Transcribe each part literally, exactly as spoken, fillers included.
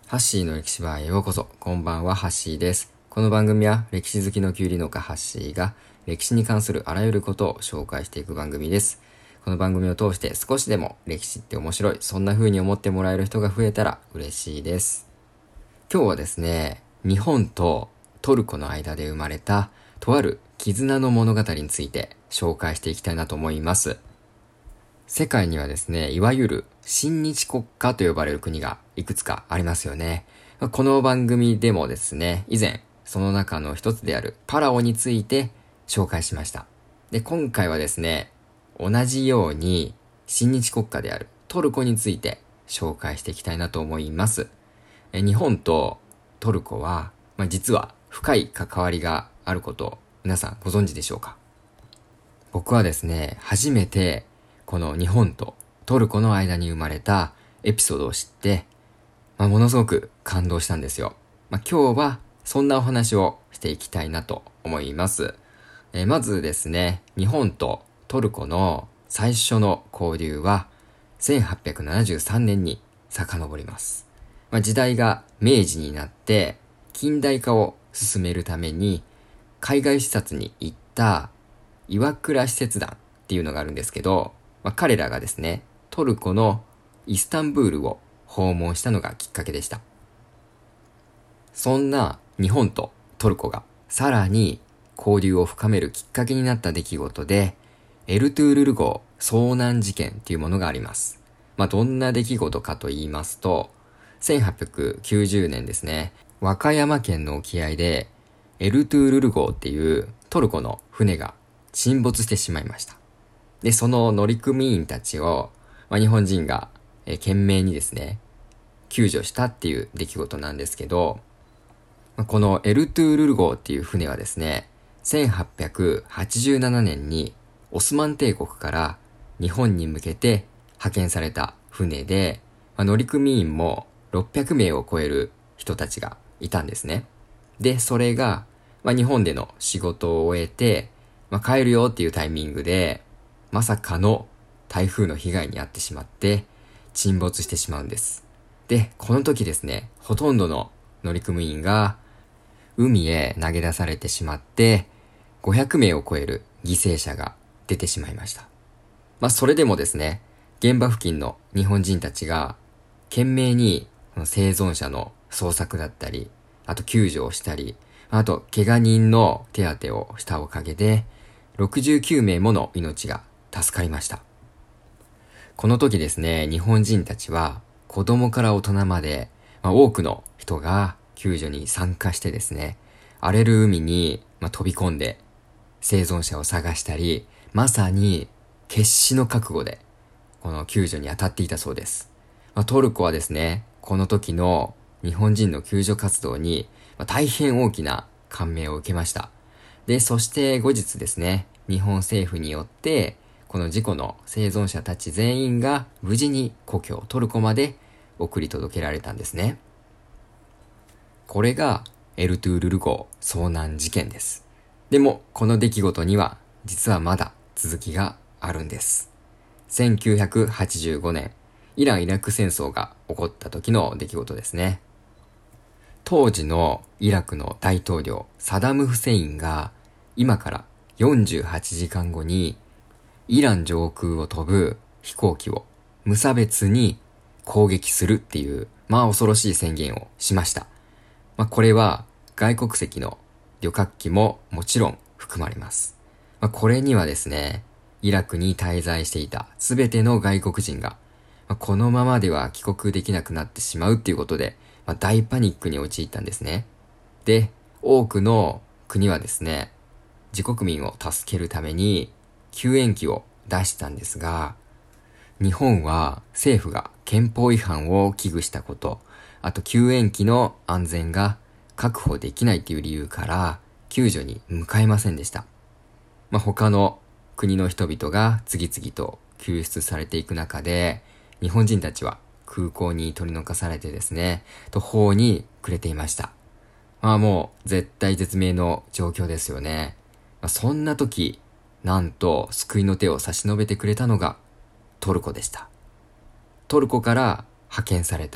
ハッシーの歴史バーへようこそ。こんばんは、ハッシーです。この番組は歴史好きのキュウリ農家ハッシーが歴史に関するあらゆることを紹介していく番組です。この番組を通して少しでも歴史って面白い、そんな風に思ってもらえる人が増えたら嬉しいです。今日はですね、日本とトルコの間で生まれたとある絆の物語について紹介していきたいなと思います。世界にはですね、いわゆる親日国家と呼ばれる国がいくつかありますよね。この番組でもですね、以前その中の一つであるパラオについて紹介しました。で、今回はですね、同じように親日国家であるトルコについて紹介していきたいなと思います。え日本とトルコは、まあ、実は深い関わりがあることを皆さんご存知でしょうか？僕はですね、初めてこの日本とトルコの間に生まれたエピソードを知って、まあ、ものすごく感動したんですよ。まあ、今日はそんなお話をしていきたいなと思います。えー、まずですね、日本とトルコの最初の交流はせんはっぴゃくななじゅうさんねんに遡ります。まあ、時代が明治になって近代化を進めるために海外視察に行った岩倉使節団っていうのがあるんですけど、まあ、彼らがですね、トルコのイスタンブールを訪問したのがきっかけでした。そんな日本とトルコがさらに交流を深めるきっかけになった出来事で、エルトゥールル号遭難事件っていうものがあります。まあ、どんな出来事かと言いますと、せんはっぴゃくきゅうじゅうねんですね、和歌山県の沖合でエルトゥールル号っていうトルコの船が沈没してしまいました。で、その乗組員たちを、まあ、日本人が、えー、懸命にですね、救助したっていう出来事なんですけど、まあ、このエルトゥールル号っていう船はですね、せんはっぴゃくはちじゅうななねんにオスマン帝国から日本に向けて派遣された船で、まあ、乗組員もろっぴゃくめいを超える人たちがいたんですね。で、それが、まあ、日本での仕事を終えて、まあ、帰るよっていうタイミングで、まさかの台風の被害に遭ってしまって沈没してしまうんです。で、この時ですね、ほとんどの乗組員が海へ投げ出されてしまってごひゃくめいを超える犠牲者が出てしまいました。まあそれでもですね、現場付近の日本人たちが懸命に生存者の捜索だったり、あと救助をしたり、あと怪我人の手当てをしたおかげでろくじゅうきゅうめいもの命が助かりました。この時ですね、日本人たちは子供から大人まで、まあ、多くの人が救助に参加してですね、荒れる海に、まあ、飛び込んで生存者を探したり、まさに決死の覚悟でこの救助に当たっていたそうです。まあ、トルコはですね、この時の日本人の救助活動に、まあ、大変大きな感銘を受けました。で、そして後日ですね、日本政府によってこの事故の生存者たち全員が無事に故郷トルコまで送り届けられたんですね。これがエルトゥールル号遭難事件です。でもこの出来事には実はまだ続きがあるんです。せんきゅうひゃくはちじゅうごねん、イラン・イラク戦争が起こった時の出来事ですね。当時のイラクの大統領サダム・フセインが今からよんじゅうはちじかんごにイラン上空を飛ぶ飛行機を無差別に攻撃するっていう、まあ恐ろしい宣言をしました。まあこれは外国籍の旅客機ももちろん含まれます。まあこれにはですね、イラクに滞在していたすべての外国人が、まあ、このままでは帰国できなくなってしまうっていうことで、まあ、大パニックに陥ったんですね。で、多くの国はですね、自国民を助けるために救援機を出したんですが、日本は政府が憲法違反を危惧したこと、あと救援機の安全が確保できないという理由から救助に向かえませんでした。まあ、他の国の人々が次々と救出されていく中で、日本人たちは空港に取り残されてですね、途方に暮れていました。まあもう絶対絶命の状況ですよね。まあ、そんな時、なんと救いの手を差し伸べてくれたのがトルコでした。トルコから派遣された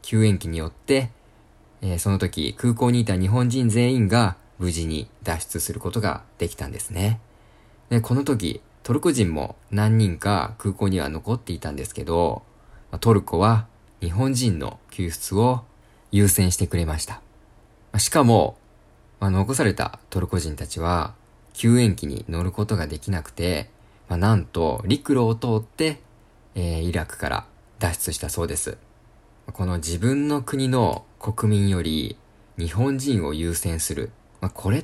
救援機によって、えー、その時空港にいた日本人全員が無事に脱出することができたんですね。で、この時トルコ人も何人か空港には残っていたんですけど、トルコは日本人の救出を優先してくれました。しかも、まあ、残されたトルコ人たちは救援機に乗ることができなくて、まあ、なんと陸路を通って、えー、イラクから脱出したそうです。この自分の国の国民より日本人を優先する。まあ、これって、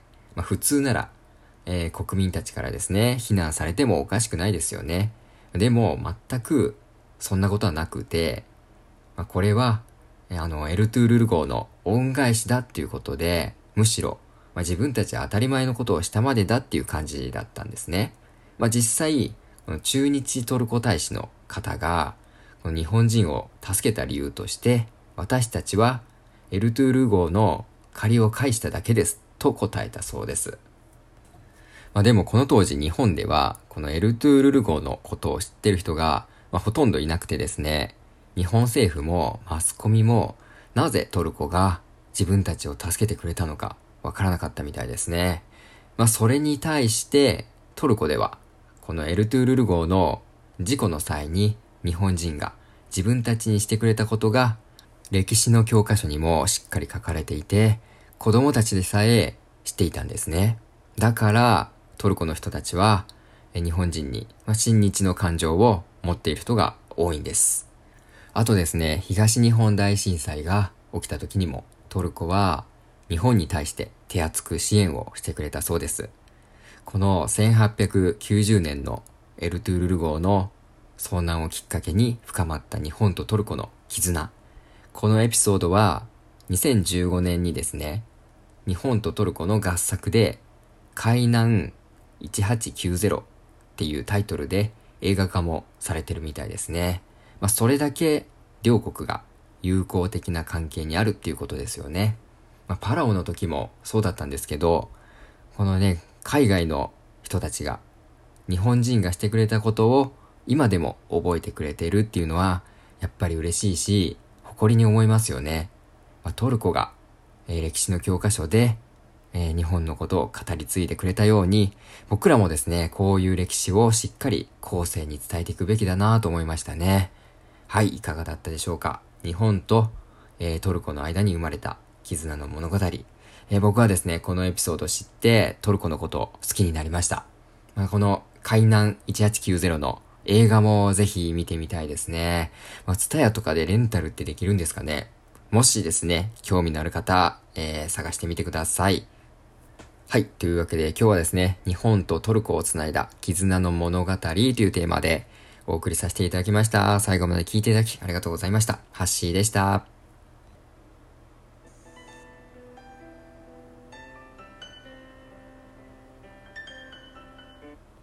まあ、普通なら、えー、国民たちからですね、非難されてもおかしくないですよね。でも全くそんなことはなくて、まあ、これは、あの、エルトゥールル号の恩返しだっていうことで、むしろ、まあ、自分たちは当たり前のことをしたまでだっていう感じだったんですね。まあ、実際、この駐日トルコ大使の方が、この日本人を助けた理由として、私たちはエルトゥールル号の借りを返しただけですと答えたそうです。まあ、でもこの当時日本では、このエルトゥールル号のことを知ってる人が、まあ、ほとんどいなくてですね、日本政府もマスコミもなぜトルコが自分たちを助けてくれたのかわからなかったみたいですね。まあそれに対してトルコではこのエルトゥールル号の事故の際に日本人が自分たちにしてくれたことが歴史の教科書にもしっかり書かれていて、子供たちでさえ知っていたんですね。だからトルコの人たちは日本人に親日の感情を持っている人が多いんです。あとですね、東日本大震災が起きた時にもトルコは日本に対して手厚く支援をしてくれたそうです。このせんはっぴゃくきゅうじゅうねんのエルトゥールル号の遭難をきっかけに深まった日本とトルコの絆。このエピソードはにせんじゅうごねんにですね、日本とトルコの合作で海難いちはちきゅうゼロっていうタイトルで映画化もされてるみたいですね。まあ、それだけ両国が友好的な関係にあるっていうことですよね。まあ、パラオの時もそうだったんですけど、このね、海外の人たちが日本人がしてくれたことを今でも覚えてくれているっていうのはやっぱり嬉しいし、誇りに思いますよね。まあ、トルコが、えー、歴史の教科書で、えー、日本のことを語り継いでくれたように、僕らもですね、こういう歴史をしっかり後世に伝えていくべきだなと思いましたね。はい、いかがだったでしょうか。日本と、えー、トルコの間に生まれた絆の物語。えー、僕はですね、このエピソードを知ってトルコのことを好きになりました。まあ、この海難いちはちきゅうゼロの映画もぜひ見てみたいですね。まあ、ツタヤとかでレンタルってできるんですかね。もしですね、興味のある方、えー、探してみてください。はい、というわけで今日はですね、日本とトルコをつないだ絆の物語というテーマでお送りさせていただきました。最後まで聞いていただきありがとうございました。ハッシーでした。